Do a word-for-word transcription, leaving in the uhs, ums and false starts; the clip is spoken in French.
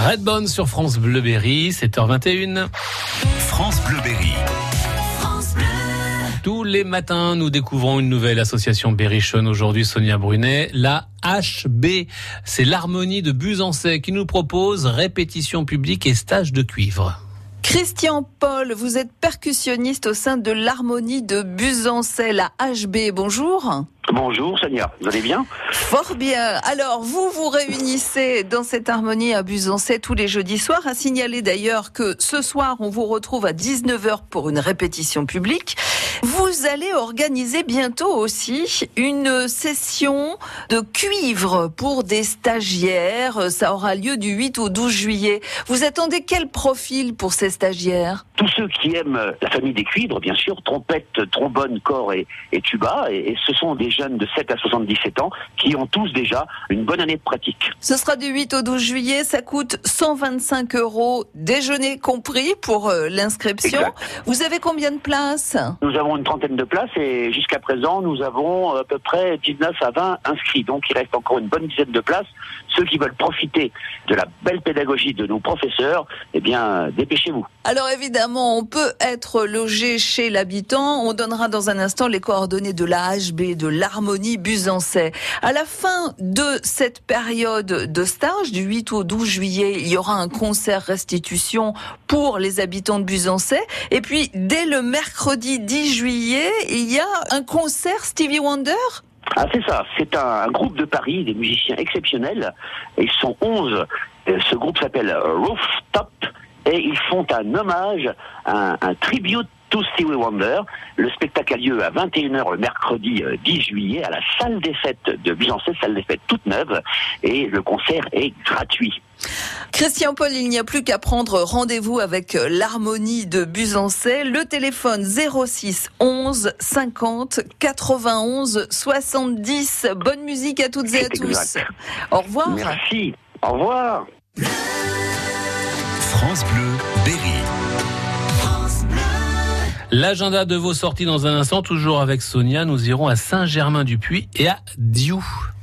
Redbone sur France Bleu Berry, sept heures vingt et une. France Bleu Berry. Tous les matins, nous découvrons une nouvelle association berrichonne. Aujourd'hui, Sonia Brunet, la H B. C'est l'Harmonie de Buzançais qui nous propose répétition publique et stage de cuivre. Christian Paul, vous êtes percussionniste au sein de l'Harmonie de Buzançais, la H B. Bonjour. Bonjour Sonia, vous allez bien ? Fort bien. Alors, vous vous réunissez dans cette harmonie à Buzançais tous les jeudis soirs. À signaler d'ailleurs que ce soir, on vous retrouve à dix-neuf heures pour une répétition publique. Vous allez organiser bientôt aussi une session de cuivre pour des stagiaires. Ça aura lieu du huit au douze juillet. Vous attendez quel profil pour ces stagiaires ? Tous ceux qui aiment la famille des cuivres, bien sûr, trompette, trombone, cor et, et tuba. Et, et ce sont des jeunes de sept à soixante-dix-sept ans qui ont tous déjà une bonne année de pratique. Ce sera du huit au douze juillet, ça coûte cent vingt-cinq euros, déjeuner compris pour euh, l'inscription. Exact. Vous avez combien de places ? Nous avons une trentaine de places et jusqu'à présent, nous avons à peu près dix-neuf à vingt inscrits. Donc il reste encore une bonne dizaine de places. Ceux qui veulent profiter de la belle pédagogie de nos professeurs, eh bien, dépêchez-vous. Alors évidemment, on peut être logé chez l'habitant. On donnera dans un instant les coordonnées de la H B, de l'Harmonie Buzançais. À la fin de cette période de stage, du huit au douze juillet, il y aura un concert restitution pour les habitants de Buzançais. Et puis, dès le mercredi dix juillet, il y a un concert Stevie Wonder. Ah, c'est ça. C'est un, un groupe de Paris, des musiciens exceptionnels. Ils sont onze. Ce groupe s'appelle Rooftop et ils font un hommage, un, un tribute to Stevie Wonder. Le spectacle a lieu à vingt et une heures le mercredi dix juillet à la salle des fêtes de Buzançais, salle des fêtes toute neuve, et le concert est gratuit. Christian Paul, il n'y a plus qu'à prendre rendez-vous avec l'Harmonie de Buzançais. Le téléphone zéro six onze cinquante quatre-vingt-onze soixante-dix. Bonne musique à toutes et à tous. Exact. Au revoir. Merci. Au revoir. France Bleu Berry. L'agenda de vos sorties dans un instant, toujours avec Sonia. Nous irons à Saint-Germain-du-Puy et à Dioux.